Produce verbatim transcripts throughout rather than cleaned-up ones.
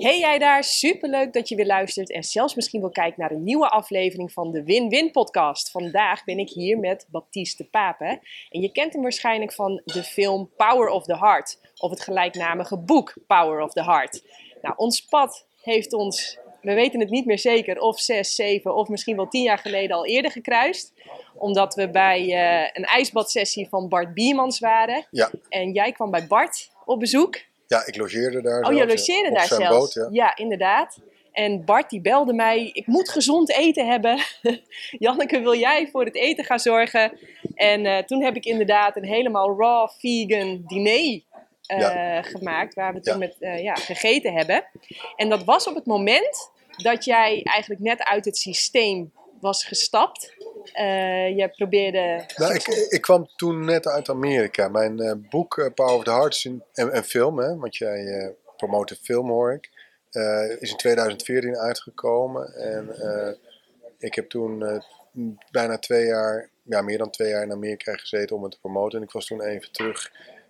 Hey jij daar, superleuk dat je weer luistert en zelfs misschien wel kijkt naar een nieuwe aflevering van de Win-Win podcast. Vandaag ben ik hier met Baptiste de Pape en je kent hem waarschijnlijk van de film Power of the Heart of het gelijknamige boek Power of the Heart. Nou, ons pad heeft ons, we weten het niet meer zeker, of zes, zeven of misschien wel tien jaar geleden al eerder gekruist. Omdat we bij uh, een ijsbadsessie van Bart Biermans waren. Ja. En jij kwam bij Bart op bezoek. Ja, ik logeerde daar Oh, zelfs. je logeerde op daar zijn zelfs? boot, ja. Ja, inderdaad. En Bart die belde mij, ik moet gezond eten hebben. Janneke, wil jij voor het eten gaan zorgen? En uh, toen heb ik inderdaad een helemaal raw vegan diner uh, ja. gemaakt. Waar we toen ja. met uh, ja, gegeten hebben. En dat was op het moment dat jij eigenlijk net uit het systeem was gestapt. Uh, je probeerde... Nou, ik, ik kwam toen net uit Amerika. Mijn uh, boek uh, Power of the Heart is in, en, en film, hè, want jij uh, promoot een film hoor ik, uh, is in tweeduizend veertien uitgekomen. En uh, ik heb toen uh, bijna twee jaar, ja meer dan twee jaar in Amerika gezeten om het te promoten. En ik was toen even terug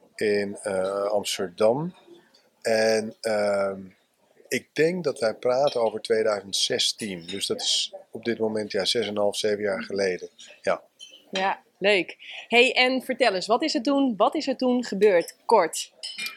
in uh, Amsterdam. En... Uh, Ik denk dat wij praten over tweeduizend zestien. Dus dat is op dit moment ja, zes komma vijf, zeven jaar geleden. Ja, ja leuk. Hey, en vertel eens, wat is er toen, wat is er toen gebeurd? Kort.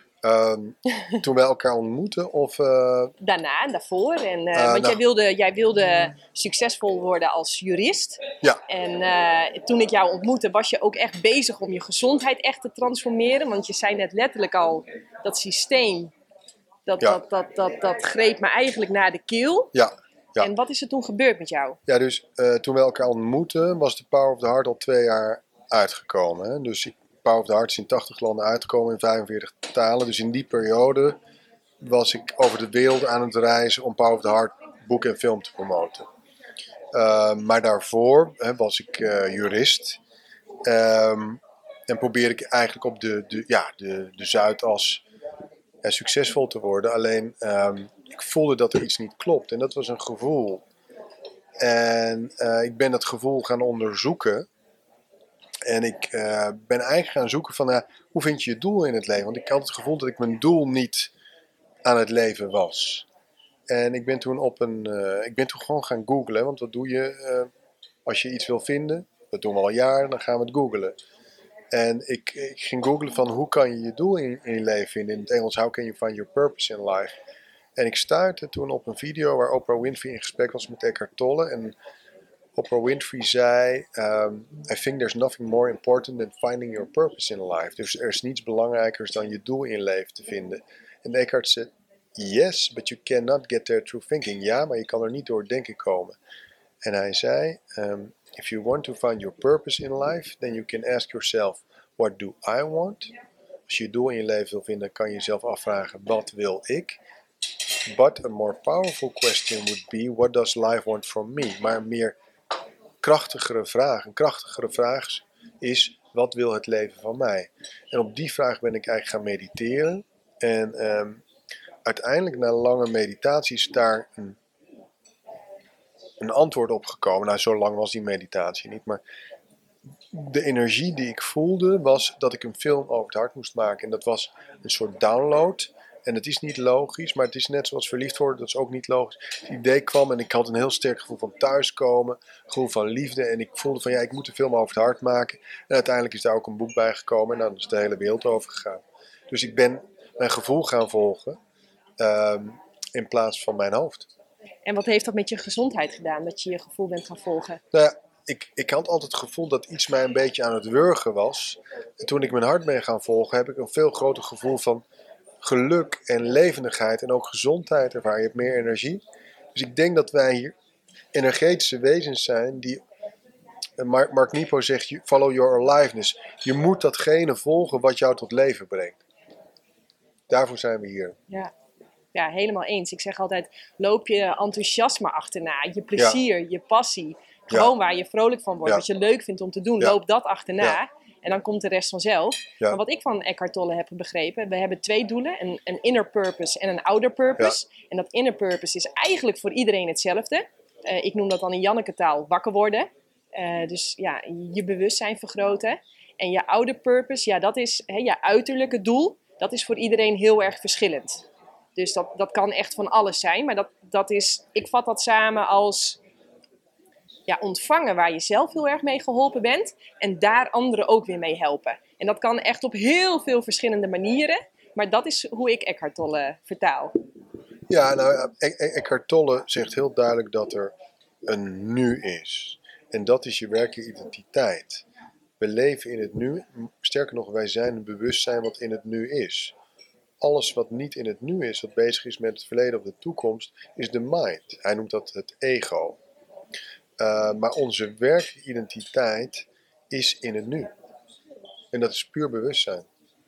Um, toen wij elkaar ontmoetten of... Uh... Daarna en daarvoor. En, uh, uh, want nou... jij wilde, jij wilde succesvol worden als jurist. Ja. En uh, toen ik jou ontmoette was je ook echt bezig om je gezondheid echt te transformeren. Want je zei net letterlijk al, dat systeem... Dat, ja. dat, dat, dat, dat greep me eigenlijk naar de keel. Ja, ja. En wat is er toen gebeurd met jou? Ja, dus uh, toen we elkaar ontmoetten was de Power of the Heart al twee jaar uitgekomen. Hè? Dus Power of the Heart is in tachtig landen uitgekomen in vijfenveertig talen. Dus in die periode was ik over de wereld aan het reizen om Power of the Heart boek en film te promoten. Uh, maar daarvoor hè, was ik uh, jurist. Um, en probeerde ik eigenlijk op de, de, ja, de, de Zuidas... Ja, succesvol te worden. Alleen um, ik voelde dat er iets niet klopt. En dat was een gevoel. En uh, ik ben dat gevoel gaan onderzoeken. En ik uh, ben eigenlijk gaan zoeken van uh, hoe vind je je doel in het leven? Want ik had het gevoel dat ik mijn doel niet aan het leven was. En ik ben toen op een, uh, ik ben toen gewoon gaan googlen. Want wat doe je uh, als je iets wil vinden? Dat doen we al jaren, dan gaan we het googlen. En ik, ik ging googlen van hoe kan je je doel in, in je leven vinden. In het Engels, how can you find your purpose in life. En ik stuitte toen op een video waar Oprah Winfrey in gesprek was met Eckhart Tolle. En Oprah Winfrey zei, um, I think there's nothing more important than finding your purpose in life. Dus er is niets belangrijkers dan je doel in je leven te vinden. En Eckhart zei, yes, but you cannot get there through thinking. Ja, maar je kan er niet door denken komen. En hij zei... Um, If you want to find your purpose in life, then you can ask yourself, what do I want? Als je je doel in je leven wil vinden, kan je jezelf afvragen, wat wil ik? But a more powerful question would be, what does life want from me? Maar een meer krachtigere vraag, een krachtigere vraag is, wat wil het leven van mij? En op die vraag ben ik eigenlijk gaan mediteren. En um, uiteindelijk na lange meditatie is daar een een antwoord op gekomen. Nou, zo lang was die meditatie niet, maar de energie die ik voelde was dat ik een film over het hart moest maken. En dat was een soort download. En het is niet logisch, maar het is net zoals verliefd worden, dat is ook niet logisch. Het idee kwam en ik had een heel sterk gevoel van thuiskomen, gevoel van liefde. En ik voelde van ja, ik moet een film over het hart maken. En uiteindelijk is daar ook een boek bij gekomen en dan is de hele wereld over gegaan. Dus ik ben mijn gevoel gaan volgen um, in plaats van mijn hoofd. En wat heeft dat met je gezondheid gedaan, dat je je gevoel bent gaan volgen? Nou ja, ik, ik had altijd het gevoel dat iets mij een beetje aan het wurgen was. En toen ik mijn hart ben gaan volgen, heb ik een veel groter gevoel van geluk en levendigheid en ook gezondheid ervaren. Je hebt meer energie. Dus ik denk dat wij hier energetische wezens zijn die... Mark, Mark Nepo zegt, follow your aliveness. Je moet datgene volgen wat jou tot leven brengt. Daarvoor zijn we hier. Ja. Ja, helemaal eens. Ik zeg altijd, loop je enthousiasme achterna. Je plezier, ja. je passie. Gewoon ja. waar je vrolijk van wordt. Ja. Wat je leuk vindt om te doen. Ja. Loop dat achterna. Ja. En dan komt de rest vanzelf. Ja. Maar wat ik van Eckhart Tolle heb begrepen. We hebben twee doelen. Een, een inner purpose en een outer purpose. Ja. En dat inner purpose is eigenlijk voor iedereen hetzelfde. Uh, ik noem dat dan in Janneke taal wakker worden. Uh, dus ja, je bewustzijn vergroten. En je outer purpose, ja, dat is hè, je uiterlijke doel. Dat is voor iedereen heel erg verschillend. Dus dat, dat kan echt van alles zijn. Maar dat, dat is, ik vat dat samen als ja, ontvangen waar je zelf heel erg mee geholpen bent. En daar anderen ook weer mee helpen. En dat kan echt op heel veel verschillende manieren. Maar dat is hoe ik Eckhart Tolle vertaal. Ja, nou, Eckhart Tolle zegt heel duidelijk dat er een nu is. En dat is je werkelijke identiteit. We leven in het nu. Sterker nog, wij zijn een bewustzijn wat in het nu is. Alles wat niet in het nu is, wat bezig is met het verleden of de toekomst, is de mind. Hij noemt dat het ego. Uh, maar onze werkelijke identiteit is in het nu. En dat is puur bewustzijn.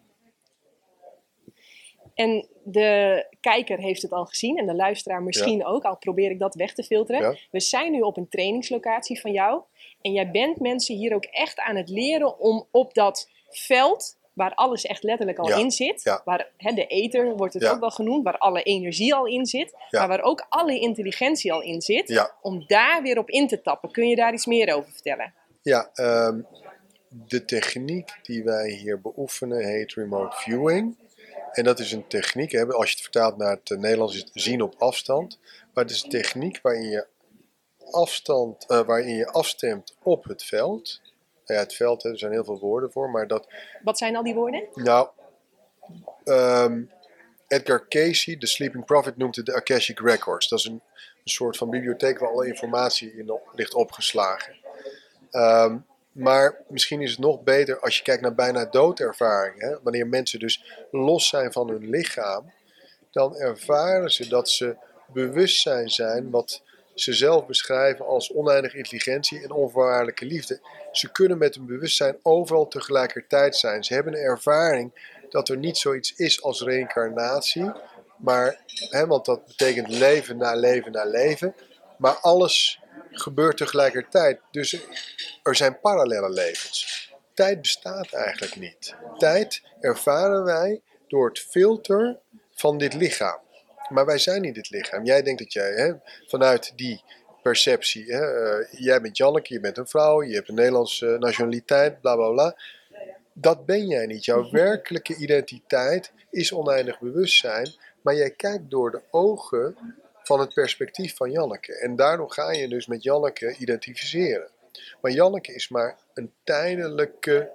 En de kijker heeft het al gezien en de luisteraar misschien ja. ook, al probeer ik dat weg te filteren. Ja. We zijn nu op een trainingslocatie van jou. En jij bent mensen hier ook echt aan het leren om op dat veld, waar alles echt letterlijk al ja. in zit, ja. waar he, de ether wordt het ja. ook wel genoemd, waar alle energie al in zit, ja. maar waar ook alle intelligentie al in zit, ja. om daar weer op in te tappen. Kun je daar iets meer over vertellen? Ja, um, de techniek die wij hier beoefenen heet remote viewing. En dat is een techniek, hè, als je het vertaalt naar het Nederlands, is het zien op afstand. Maar het is een techniek waarin je, afstand, uh, waarin je afstemt op het veld. Nou ja, het veld, hè, er zijn heel veel woorden voor, maar dat... Wat zijn al die woorden? Nou, um, Edgar Cayce, de Sleeping Prophet, noemt het de Akashic Records. Dat is een, een soort van bibliotheek waar alle informatie in op, ligt opgeslagen. Um, Maar misschien is het nog beter als je kijkt naar bijna doodervaringen. Hè? Wanneer mensen dus los zijn van hun lichaam, dan ervaren ze dat ze bewustzijn zijn wat ze zelf beschrijven als oneindige intelligentie en onvoorwaardelijke liefde. Ze kunnen met hun bewustzijn overal tegelijkertijd zijn. Ze hebben een ervaring dat er niet zoiets is als reïncarnatie, maar, hè, want dat betekent leven na leven na leven, maar alles gebeurt tegelijkertijd. Dus er zijn parallele levens. Tijd bestaat eigenlijk niet. Tijd ervaren wij door het filter van dit lichaam. Maar wij zijn niet dit lichaam. Jij denkt dat jij, hè, vanuit die perceptie, hè, uh, jij bent Janneke, je bent een vrouw, je hebt een Nederlandse nationaliteit, bla bla bla. Dat ben jij niet. Jouw werkelijke identiteit is oneindig bewustzijn, maar jij kijkt door de ogen van het perspectief van Janneke. En daardoor ga je dus met Janneke identificeren. Maar Janneke is maar een tijdelijke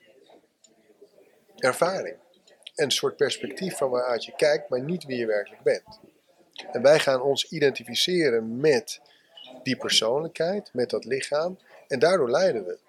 ervaring. Een soort perspectief van waaruit je kijkt, maar niet wie je werkelijk bent. En wij gaan ons identificeren met die persoonlijkheid, met dat lichaam. En daardoor lijden we.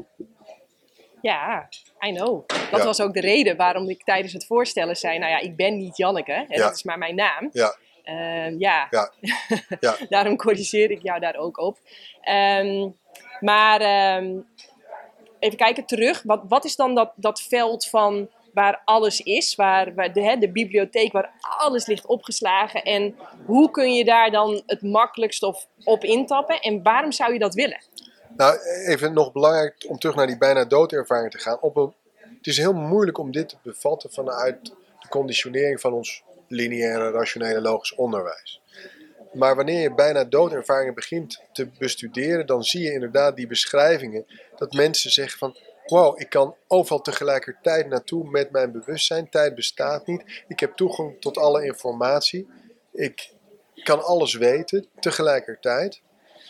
Ja, I know. Dat ja. was ook de reden waarom ik tijdens het voorstellen zei, nou ja, ik ben niet Janneke. Hè, ja. Dat is maar mijn naam. Ja. Uh, ja, ja. ja. Daarom corrigeer ik jou daar ook op. Um, maar um, even kijken terug. Wat, wat is dan dat, dat veld van waar alles is? Waar, waar de, hè, de bibliotheek waar alles ligt opgeslagen. En hoe kun je daar dan het makkelijkst op, op intappen? En waarom zou je dat willen? Nou, even nog belangrijk om terug naar die bijna doodervaring te gaan. Op een, het is heel moeilijk om dit te bevatten vanuit de conditionering van ons lineaire, rationele, logisch onderwijs. Maar wanneer je bijna doodervaringen begint te bestuderen, dan zie je inderdaad die beschrijvingen dat mensen zeggen van, wow, ik kan overal tegelijkertijd naartoe met mijn bewustzijn. Tijd bestaat niet. Ik heb toegang tot alle informatie. Ik kan alles weten tegelijkertijd.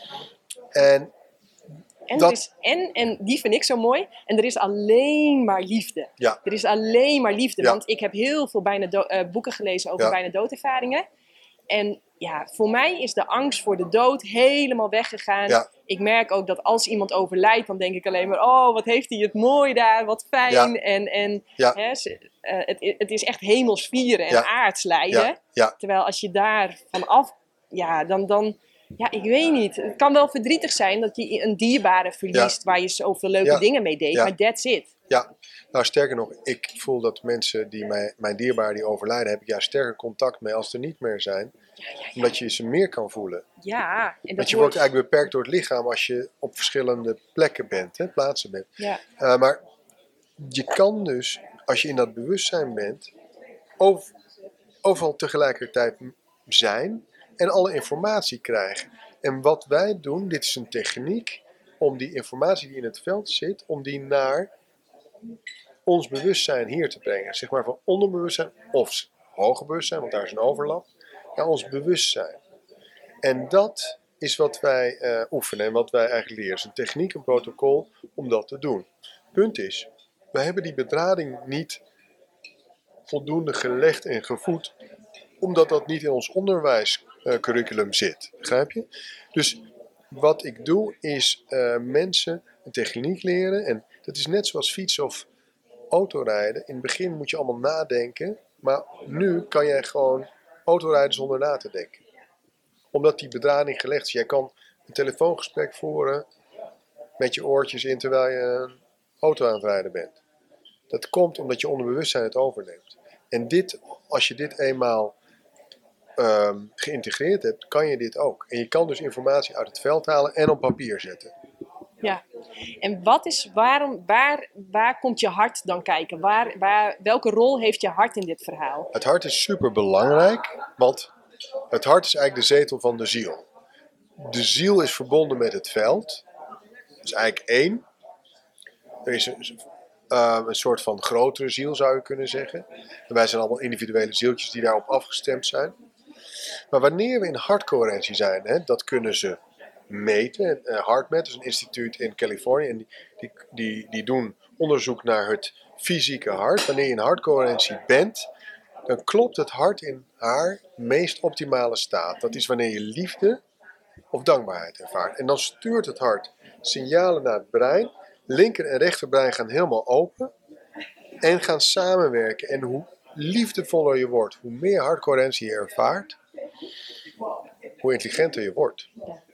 En En, dat... er is, en, en die vind ik zo mooi. En er is alleen maar liefde. Ja. Er is alleen maar liefde. Ja. Want ik heb heel veel bijna do- uh, boeken gelezen over ja. bijna doodervaringen. En ja, voor mij is de angst voor de dood helemaal weggegaan. Ja. Ik merk ook dat als iemand overlijdt, dan denk ik alleen maar, oh, wat heeft hij het mooi daar, wat fijn. Ja. En, en ja. hè, uh, het, het is echt hemels vieren en ja. aards lijden. Ja. Ja. Terwijl als je daar vanaf, ja, dan... dan Ja, ik weet niet. Het kan wel verdrietig zijn dat je een dierbare verliest ja. waar je zoveel leuke ja. dingen mee deed, ja. maar that's it. Ja, nou sterker nog, ik voel dat mensen die mij, mijn dierbaren die overlijden, heb ik juist sterker contact mee als er niet meer zijn. Ja, ja, ja. Omdat je ze meer kan voelen. Ja. En dat Want je wordt wordt eigenlijk beperkt door het lichaam als je op verschillende plekken bent, hè, plaatsen bent. Ja. Uh, maar je kan dus, als je in dat bewustzijn bent, over, overal tegelijkertijd zijn en alle informatie krijgen. En wat wij doen, dit is een techniek om die informatie die in het veld zit, om die naar ons bewustzijn hier te brengen. Zeg maar van onderbewustzijn of hoger bewustzijn, want daar is een overlap, naar ons bewustzijn. En dat is wat wij uh, oefenen en wat wij eigenlijk leren. Het is een techniek, een protocol om dat te doen. Punt is, we hebben die bedrading niet voldoende gelegd en gevoed, omdat dat niet in ons onderwijscurriculum zit. Begrijp je? Dus wat ik doe is uh, mensen een techniek leren. En dat is net zoals fietsen of autorijden. In het begin moet je allemaal nadenken. Maar nu kan jij gewoon autorijden zonder na te denken. Omdat die bedrading gelegd is. Jij kan een telefoongesprek voeren met je oortjes in terwijl je een auto aan het rijden bent. Dat komt omdat je onderbewustzijn het overneemt. En dit, als je dit eenmaal um, geïntegreerd hebt, kan je dit ook. En je kan dus informatie uit het veld halen en op papier zetten. Ja, en wat is, waarom, waar, waar komt je hart dan kijken? Waar, waar, welke rol heeft je hart in dit verhaal? Het hart is super belangrijk, want het hart is eigenlijk de zetel van de ziel. De ziel is verbonden met het veld. Dat is eigenlijk één. Er is een, uh, een soort van grotere ziel, zou je kunnen zeggen. En wij zijn allemaal individuele zieltjes die daarop afgestemd zijn. Maar wanneer we in hartcoherentie zijn, hè, dat kunnen ze meten. Uh, HeartMath is een instituut in Californië en die, die, die, die doen onderzoek naar het fysieke hart. Wanneer je in hartcoherentie bent, dan klopt het hart in haar meest optimale staat. Dat is wanneer je liefde of dankbaarheid ervaart. En dan stuurt het hart signalen naar het brein. Linker en rechterbrein gaan helemaal open en gaan samenwerken. En hoe liefdevoller je wordt, hoe meer hartcoherentie je ervaart, hoe intelligenter je wordt.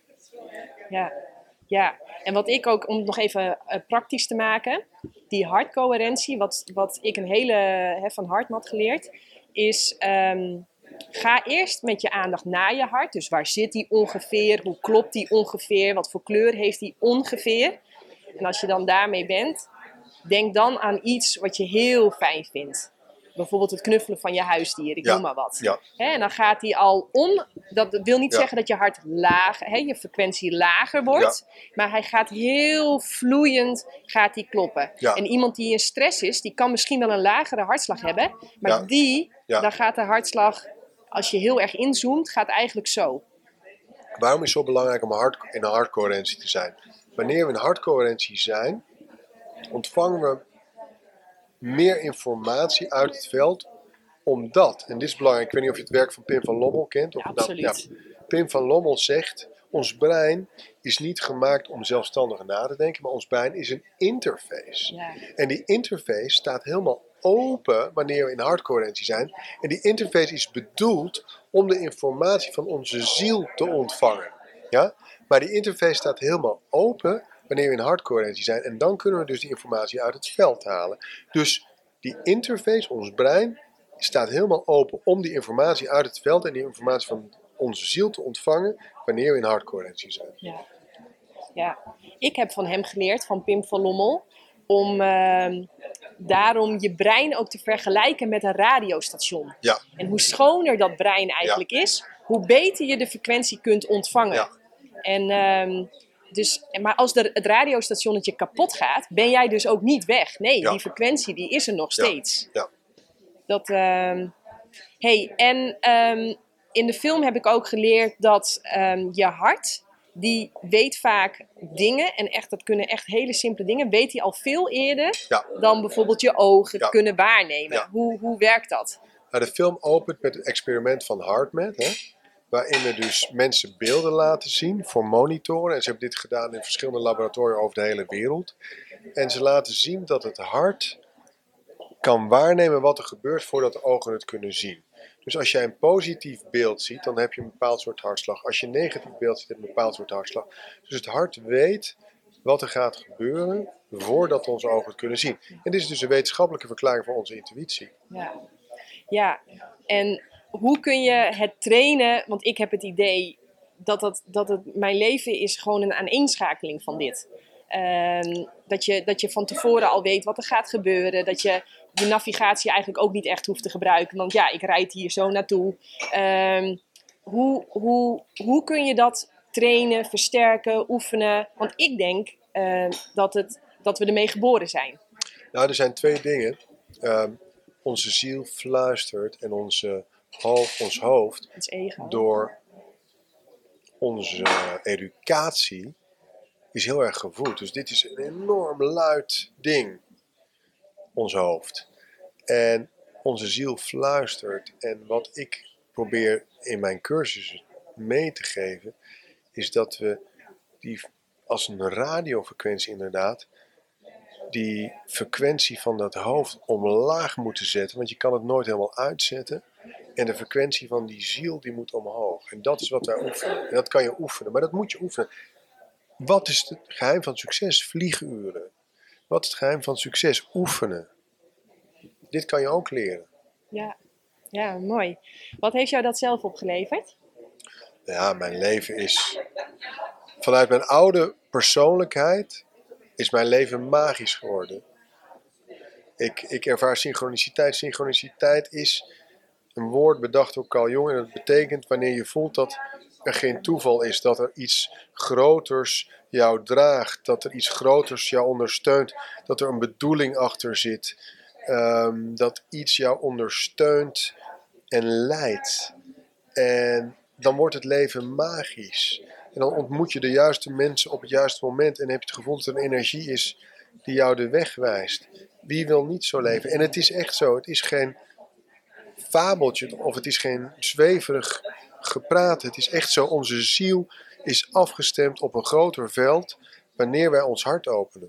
Ja, ja. En wat ik ook, om het nog even uh, praktisch te maken, die hartcoherentie, wat, wat ik een hele hè, van HeartMath geleerd, is um, ga eerst met je aandacht naar je hart. Dus waar zit die ongeveer? Hoe klopt die ongeveer? Wat voor kleur heeft die ongeveer? En als je dan daarmee bent, denk dan aan iets wat je heel fijn vindt. Bijvoorbeeld het knuffelen van je huisdier, ik ja, noem maar wat. Ja. He, en dan gaat die al on... Dat wil niet ja. zeggen dat je hart lager, he, je frequentie lager wordt. Ja. Maar hij gaat heel vloeiend gaat die kloppen. Ja. En iemand die in stress is, die kan misschien wel een lagere hartslag hebben. Maar ja. die, ja. dan gaat de hartslag, als je heel erg inzoomt, gaat eigenlijk zo. Waarom is het zo belangrijk om hart, in een hartcoherentie te zijn? Wanneer we in hartcoherentie zijn, ontvangen we meer informatie uit het veld, omdat, en dit is belangrijk, ik weet niet of je het werk van Pim van Lommel kent. Of ja, absoluut. Nou, ja, Pim van Lommel zegt, ons brein is niet gemaakt om zelfstandig na te denken, maar ons brein is een interface. Ja. En die interface staat helemaal open wanneer we in hartcoherentie zijn. En die interface is bedoeld om de informatie van onze ziel te ontvangen. Ja? Maar die interface staat helemaal open wanneer we in hartcoherentie zijn. En dan kunnen we dus die informatie uit het veld halen. Dus die interface, ons brein, staat helemaal open om die informatie uit het veld en die informatie van onze ziel te ontvangen wanneer we in hartcoherentie zijn. Ja. ja, ik heb van hem geleerd, van Pim van Lommel, om uh, daarom je brein ook te vergelijken met een radiostation. Ja. En hoe schoner dat brein eigenlijk ja. is, hoe beter je de frequentie kunt ontvangen. Ja. En, um, dus, maar als de, het radiostationnetje kapot gaat, ben jij dus ook niet weg. Nee, ja. die frequentie die is er nog steeds. Ja. Ja. Dat, um, hey, en um, in de film heb ik ook geleerd dat um, je hart, die weet vaak dingen, en echt, dat kunnen echt hele simpele dingen, weet hij al veel eerder ja. dan bijvoorbeeld je ogen ja. kunnen waarnemen. Ja. Hoe, hoe werkt dat? Nou, de film opent met het experiment van HeartMath, hè, waarin we dus mensen beelden laten zien voor monitoren. En ze hebben dit gedaan in verschillende laboratoria over de hele wereld. En ze laten zien dat het hart kan waarnemen wat er gebeurt voordat de ogen het kunnen zien. Dus als jij een positief beeld ziet, dan heb je een bepaald soort hartslag. Als je een negatief beeld ziet, heb je een bepaald soort hartslag. Dus het hart weet wat er gaat gebeuren voordat onze ogen het kunnen zien. En dit is dus een wetenschappelijke verklaring voor onze intuïtie. Ja, ja. En hoe kun je het trainen? Want ik heb het idee dat, dat, dat het, mijn leven is gewoon een aaneenschakeling van dit. Um, dat, je, dat je van tevoren al weet wat er gaat gebeuren. Dat je je navigatie eigenlijk ook niet echt hoeft te gebruiken. Want ja, ik rijd hier zo naartoe. Um, hoe, hoe, hoe kun je dat trainen, versterken, oefenen? Want ik denk uh, dat, het, dat we ermee geboren zijn. Nou, er zijn twee dingen. Um, onze ziel fluistert en onze hoofd, ons hoofd Het ego. door onze educatie is heel erg gevoed. Dus dit is een enorm luid ding, ons hoofd. En onze ziel fluistert. En wat ik probeer in mijn cursussen mee te geven, is dat we die als een radiofrequentie inderdaad, die frequentie van dat hoofd omlaag moeten zetten, want je kan het nooit helemaal uitzetten. En de frequentie van die ziel die moet omhoog. En dat is wat wij oefenen. En dat kan je oefenen, maar dat moet je oefenen. Wat is het geheim van succes? Vlieguren. Wat is het geheim van succes? Oefenen. Dit kan je ook leren. Ja, ja, mooi. Wat heeft jou dat zelf opgeleverd? Ja, mijn leven is... Vanuit mijn oude persoonlijkheid is mijn leven magisch geworden. Ik, ik ervaar synchroniciteit. Synchroniciteit is een woord bedacht door Carl Jung. En dat betekent wanneer je voelt dat er geen toeval is. Dat er iets groters jou draagt. Dat er iets groters jou ondersteunt. Dat er een bedoeling achter zit. Um, dat iets jou ondersteunt en leidt. En dan wordt het leven magisch. En dan ontmoet je de juiste mensen op het juiste moment. En heb je het gevoel dat er een energie is die jou de weg wijst. Wie wil niet zo leven? En het is echt zo. Het is geen fabeltje of het is geen zweverig gepraat. Het is echt zo. Onze ziel is afgestemd op een groter veld wanneer wij ons hart openen.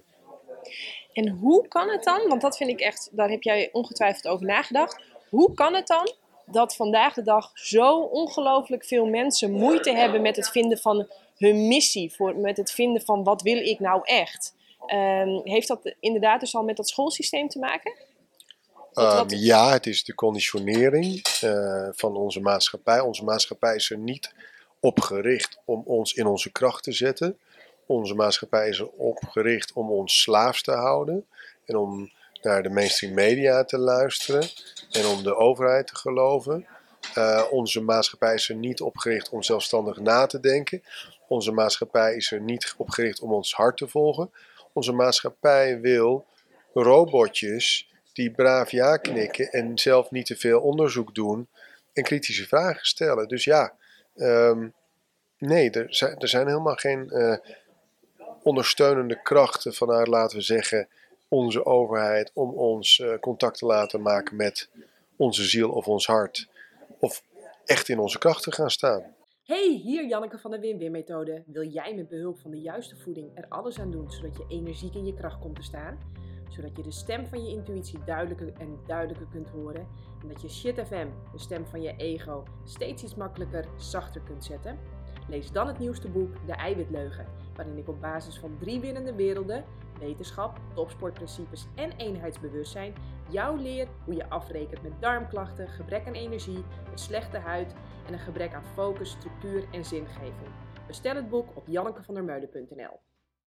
En hoe kan het dan, want dat vind ik echt, daar heb jij ongetwijfeld over nagedacht. Hoe kan het dan dat vandaag de dag zo ongelooflijk veel mensen moeite hebben met het vinden van hun missie, voor, met het vinden van wat wil ik nou echt? Um, heeft dat inderdaad dus al met dat schoolsysteem te maken? Um, wat... Ja, het is de conditionering uh, van onze maatschappij. Onze maatschappij is er niet op gericht om ons in onze kracht te zetten. Onze maatschappij is erop gericht om ons slaafs te houden en om naar de mainstream media te luisteren en om de overheid te geloven. Uh, onze maatschappij is er niet op gericht om zelfstandig na te denken. Onze maatschappij is er niet op gericht om ons hart te volgen. Onze maatschappij wil robotjes die braaf ja knikken en zelf niet te veel onderzoek doen en kritische vragen stellen. Dus ja, um, nee, er zijn, er zijn helemaal geen uh, ondersteunende krachten vanuit, laten we zeggen, onze overheid om ons uh, contact te laten maken met onze ziel of ons hart. Of echt in onze kracht te gaan staan. Hey, hier Janneke van de Wim-Wim-methode. Wil jij met behulp van de juiste voeding er alles aan doen zodat je energiek in je kracht komt te staan? Zodat je de stem van je intuïtie duidelijker en duidelijker kunt horen. En dat je Shit F M, de stem van je ego, steeds iets makkelijker zachter kunt zetten? Lees dan het nieuwste boek De Eiwitleugen, waarin ik op basis van drie winnende werelden, wetenschap, topsportprincipes en eenheidsbewustzijn, jou leer hoe je afrekent met darmklachten, gebrek aan energie, een slechte huid en een gebrek aan focus, structuur en zingeving. Bestel het boek op jannekevandermeulen punt n l.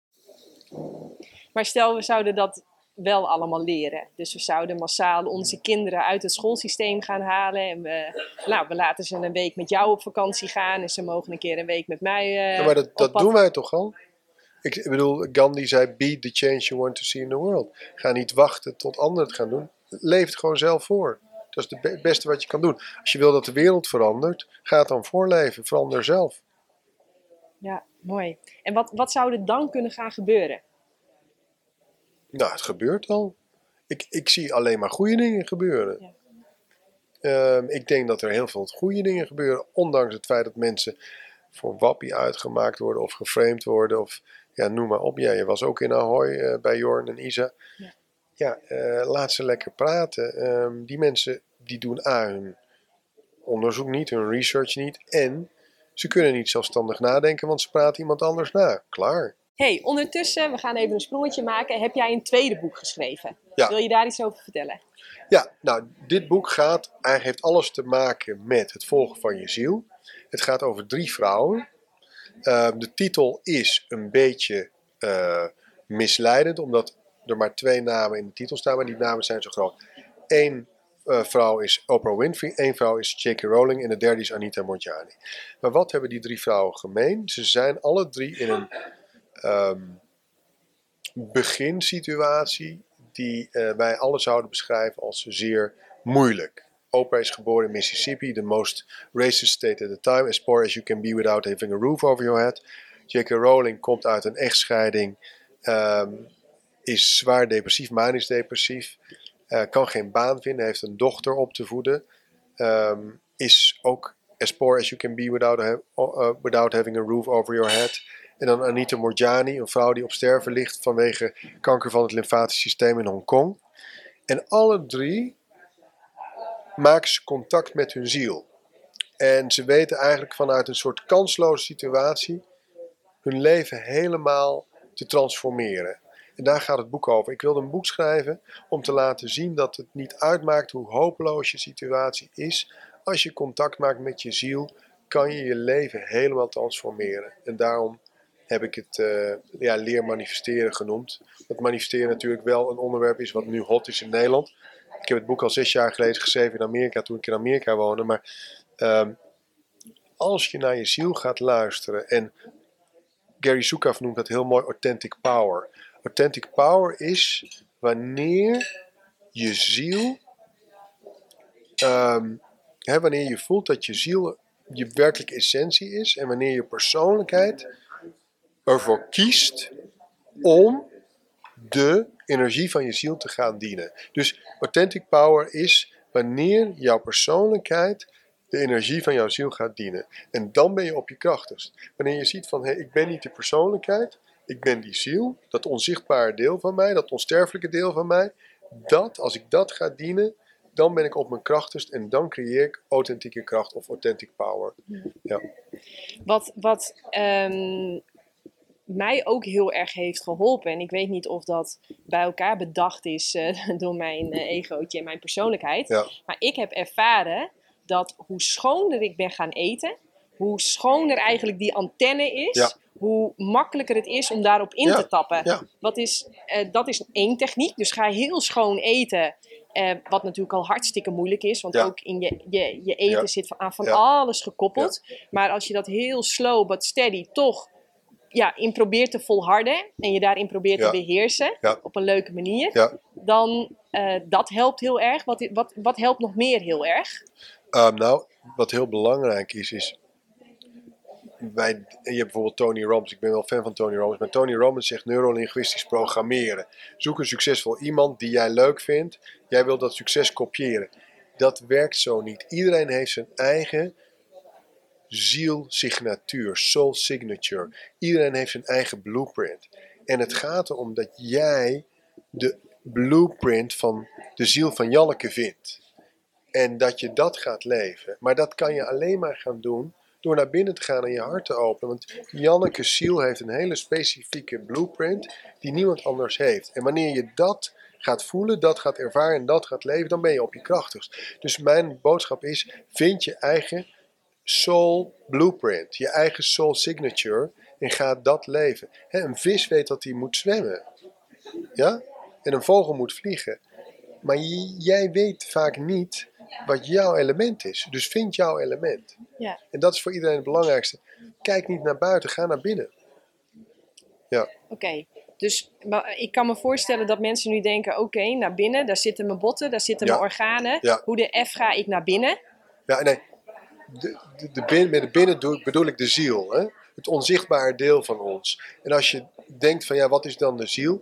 Maar stel, we zouden dat wel allemaal leren. Dus we zouden massaal onze kinderen uit het schoolsysteem gaan halen. En we, nou, we laten ze een week met jou op vakantie gaan. En ze mogen een keer een week met mij uh, ja, maar dat, dat doen wij toch al? Ik, ik bedoel, Gandhi zei, be the change you want to see in the world. Ga niet wachten tot anderen het gaan doen. Leef het gewoon zelf voor. Dat is het be- beste wat je kan doen. Als je wil dat de wereld verandert, ga het dan voorleven. Verander zelf. Ja, mooi. En wat, wat zou er dan kunnen gaan gebeuren? Nou, het gebeurt al. Ik, ik zie alleen maar goede dingen gebeuren. Ja. Uh, ik denk dat er heel veel goede dingen gebeuren. Ondanks het feit dat mensen voor wappie uitgemaakt worden of geframed worden. Of ja, noem maar op. Ja, je was ook in Ahoy uh, bij Jorn en Isa. Ja, ja uh, laat ze lekker praten. Um, die mensen die doen A, hun onderzoek niet, hun research niet. En ze kunnen niet zelfstandig nadenken, want ze praten iemand anders na. Klaar. Hey, ondertussen, we gaan even een sprongetje maken. Heb jij een tweede boek geschreven? Ja. Wil je daar iets over vertellen? Ja, nou, dit boek gaat, hij heeft alles te maken met het volgen van je ziel. Het gaat over drie vrouwen. Uh, de titel is een beetje uh, misleidend, omdat er maar twee namen in de titel staan, maar die namen zijn zo groot. Eén uh, vrouw is Oprah Winfrey, één vrouw is J K Rowling en de derde is Anita Moorjani. Maar wat hebben die drie vrouwen gemeen? Ze zijn alle drie in een um, beginsituatie die uh, wij alle zouden beschrijven als zeer moeilijk. Oprah is geboren in Mississippi, the most racist state at the time, as poor as you can be without having a roof over your head. J K. Rowling komt uit een echtscheiding, um, is zwaar depressief, manisch depressief, uh, kan geen baan vinden, heeft een dochter op te voeden, um, is ook as poor as you can be without, a, uh, without having a roof over your head. En dan Anita Moorjani, een vrouw die op sterven ligt vanwege kanker van het lymfatisch systeem in Hongkong. En alle drie maken ze contact met hun ziel. En ze weten eigenlijk vanuit een soort kansloze situatie hun leven helemaal te transformeren. En daar gaat het boek over. Ik wilde een boek schrijven om te laten zien dat het niet uitmaakt hoe hopeloos je situatie is. Als je contact maakt met je ziel, kan je je leven helemaal transformeren. En daarom heb ik het uh, ja, leer manifesteren genoemd. Dat manifesteren natuurlijk wel een onderwerp is wat nu hot is in Nederland. Ik heb het boek al zes jaar geleden geschreven in Amerika, toen ik in Amerika woonde. Maar um, als je naar je ziel gaat luisteren, en Gary Zukav noemt dat heel mooi authentic power. Authentic power is wanneer je ziel, um, hè, wanneer je voelt dat je ziel je werkelijke essentie is. En wanneer je persoonlijkheid ervoor kiest om de energie van je ziel te gaan dienen. Dus authentic power is wanneer jouw persoonlijkheid de energie van jouw ziel gaat dienen. En dan ben je op je krachtigst. Wanneer je ziet van, hé, hey, ik ben niet de persoonlijkheid, ik ben die ziel, dat onzichtbare deel van mij, dat onsterfelijke deel van mij, dat, als ik dat ga dienen, dan ben ik op mijn krachtigst en dan creëer ik authentieke kracht of authentic power. Ja. Wat, wat um, mij ook heel erg heeft geholpen, en ik weet niet of dat bij elkaar bedacht is uh, door mijn uh, egootje en mijn persoonlijkheid, Ja. maar ik heb ervaren dat hoe schoner ik ben gaan eten, hoe schoner eigenlijk die antenne is, ja. hoe makkelijker het is om daarop in ja. te tappen. Ja. Wat is, uh, dat is één techniek, dus ga heel schoon eten. Uh, wat natuurlijk al hartstikke moeilijk is, want ja. ook in je, je, je eten ja. zit van, aan van ja. alles gekoppeld. Ja. Maar als je dat heel slow but steady toch ja, in probeert te volharden en je daarin probeert ja. te beheersen ja. op een leuke manier, ja. dan uh, dat helpt heel erg. Wat, wat, wat helpt nog meer heel erg? Um, nou, wat heel belangrijk is, is wij, je hebt bijvoorbeeld Tony Robbins, ik ben wel fan van Tony Robbins, maar Tony Robbins zegt neurolinguistisch programmeren. Zoek een succesvol iemand die jij leuk vindt, jij wilt dat succes kopiëren. Dat werkt zo niet. Iedereen heeft zijn eigen zielsignatuur, soul signature. Iedereen heeft zijn eigen blueprint. En het gaat erom dat jij de blueprint van de ziel van Janneke vindt. En dat je dat gaat leven. Maar dat kan je alleen maar gaan doen door naar binnen te gaan en je hart te openen. Want Janneke's ziel heeft een hele specifieke blueprint die niemand anders heeft. En wanneer je dat gaat voelen, dat gaat ervaren en dat gaat leven, dan ben je op je krachtigst. Dus mijn boodschap is, vind je eigen soul blueprint, je eigen soul signature en ga dat leven. He, een vis weet dat hij moet zwemmen. Ja? En een vogel moet vliegen. Maar j- jij weet vaak niet wat jouw element is. Dus vind jouw element. Ja. En dat is voor iedereen het belangrijkste. Kijk niet naar buiten, ga naar binnen. Ja. Oké, okay. Dus maar ik kan me voorstellen dat mensen nu denken, oké, okay, naar binnen, daar zitten mijn botten, daar zitten ja. mijn organen. Ja. Hoe de F ga ik naar binnen? Ja, nee. De, de, de bin, met de binnen doe, bedoel ik de ziel. Hè? Het onzichtbare deel van ons. En als je denkt van, ja, wat is dan de ziel?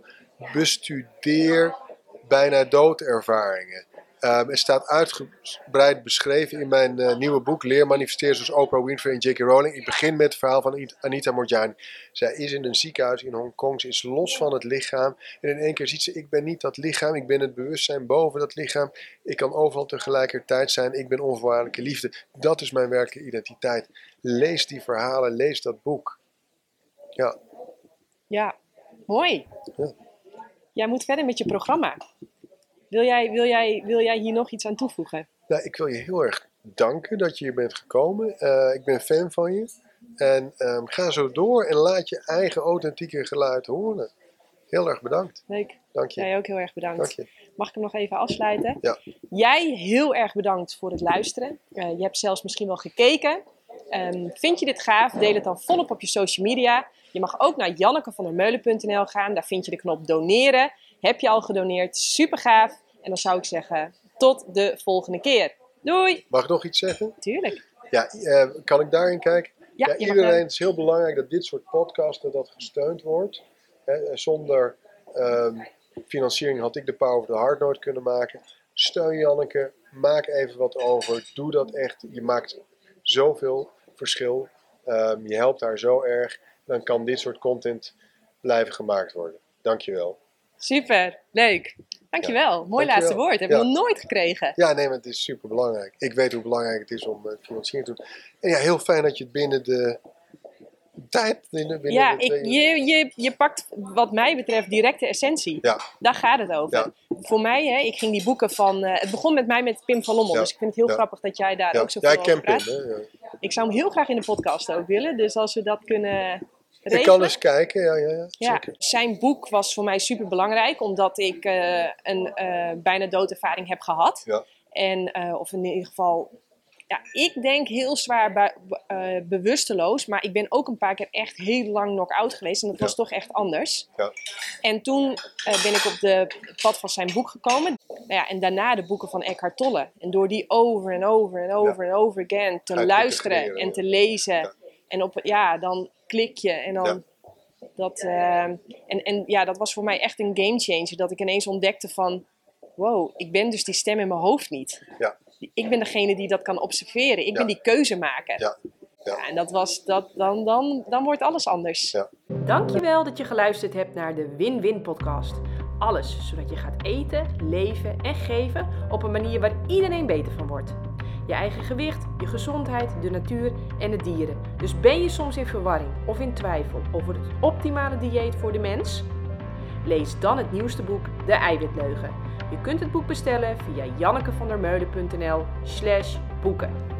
Bestudeer bijna doodervaringen. Um, het staat uitgebreid beschreven in mijn uh, nieuwe boek Leer manifesteren zoals Oprah Winfrey en J K. Rowling. Ik begin met het verhaal van Anita Moorjani. Zij is in een ziekenhuis in Hongkong. Ze is los van het lichaam. En in één keer ziet ze, ik ben niet dat lichaam. Ik ben het bewustzijn boven dat lichaam. Ik kan overal tegelijkertijd zijn. Ik ben onvoorwaardelijke liefde. Dat is mijn werkelijke identiteit. Lees die verhalen. Lees dat boek. Ja. Ja, mooi. Ja. Jij moet verder met je programma. Wil jij, wil, jij, wil jij hier nog iets aan toevoegen? Nou, ik wil je heel erg danken dat je hier bent gekomen. Uh, ik ben fan van je. En um, ga zo door en laat je eigen authentieke geluid horen. Heel erg bedankt. Leuk. Dank je. Jij ook heel erg bedankt. Dank je. Mag ik hem nog even afsluiten? Ja. Jij heel erg bedankt voor het luisteren. Uh, je hebt zelfs misschien wel gekeken. Um, vind je dit gaaf? Deel het dan volop op je social media. Je mag ook naar jannekevandermeulen punt n l gaan. Daar vind je de knop doneren. Heb je al gedoneerd? Super gaaf. En dan zou ik zeggen, tot de volgende keer. Doei! Mag ik nog iets zeggen? Tuurlijk. Ja, uh, kan ik daarin kijken? Ja, ja iedereen, het is heel belangrijk dat dit soort podcasten dat gesteund wordt. Hè, zonder uh, financiering had ik de Power of the Heart nooit kunnen maken. Steun Janneke, maak even wat over. Doe dat echt. Je maakt zoveel verschil. Um, je helpt haar zo erg. Dan kan dit soort content blijven gemaakt worden. Dankjewel. Super, leuk. Dankjewel. Ja. Mooi Dankjewel. Laatste woord. Heb je ja. nog nooit gekregen. Ja, nee, maar het is super belangrijk. Ik weet hoe belangrijk het is om uh, financiering te doen. En ja, heel fijn dat je het binnen de tijd... Binnen, binnen ja, de ik, je, je, je pakt wat mij betreft direct de essentie. Ja. Daar gaat het over. Ja. Voor mij, hè, ik ging die boeken van... Uh, het begon met mij met Pim van Lommel. Ja. Dus ik vind het heel ja. grappig dat jij daar ja. ook zo veel ja, over praat. Pim, hè? Ja. Ik zou hem heel graag in de podcast ook willen. Dus als we dat kunnen... regelen. Ik kan eens kijken, ja, ja, ja, ja. Zijn boek was voor mij super belangrijk, omdat ik uh, een uh, bijna doodervaring heb gehad. Ja. En, uh, of in ieder geval, ja, ik denk heel zwaar bu- uh, bewusteloos, maar ik ben ook een paar keer echt heel lang knock-out geweest en dat was ja. toch echt anders. Ja. En toen uh, ben ik op de pad van zijn boek gekomen. Nou ja, en daarna de boeken van Eckhart Tolle. En door die over en over en over en ja. over again te Uit luisteren te en te lezen. Ja. En op, ja, dan klik je en dan... Ja. Dat, uh, en, en ja, dat was voor mij echt een gamechanger. Dat ik ineens ontdekte van... Wow, ik ben dus die stem in mijn hoofd niet. Ja. Ik ben degene die dat kan observeren. Ik ja. ben die keuzemaker. Ja. Ja. Ja, en dat was, dat, dan, dan, dan wordt alles anders. Ja. Dankjewel dat je geluisterd hebt naar de Win-Win podcast. Alles zodat je gaat eten, leven en geven op een manier waar iedereen beter van wordt. Je eigen gewicht, je gezondheid, de natuur en de dieren. Dus ben je soms in verwarring of in twijfel over het optimale dieet voor de mens? Lees dan het nieuwste boek De Eiwitleugen. Je kunt het boek bestellen via jannekevandermeulen punt n l slash boeken.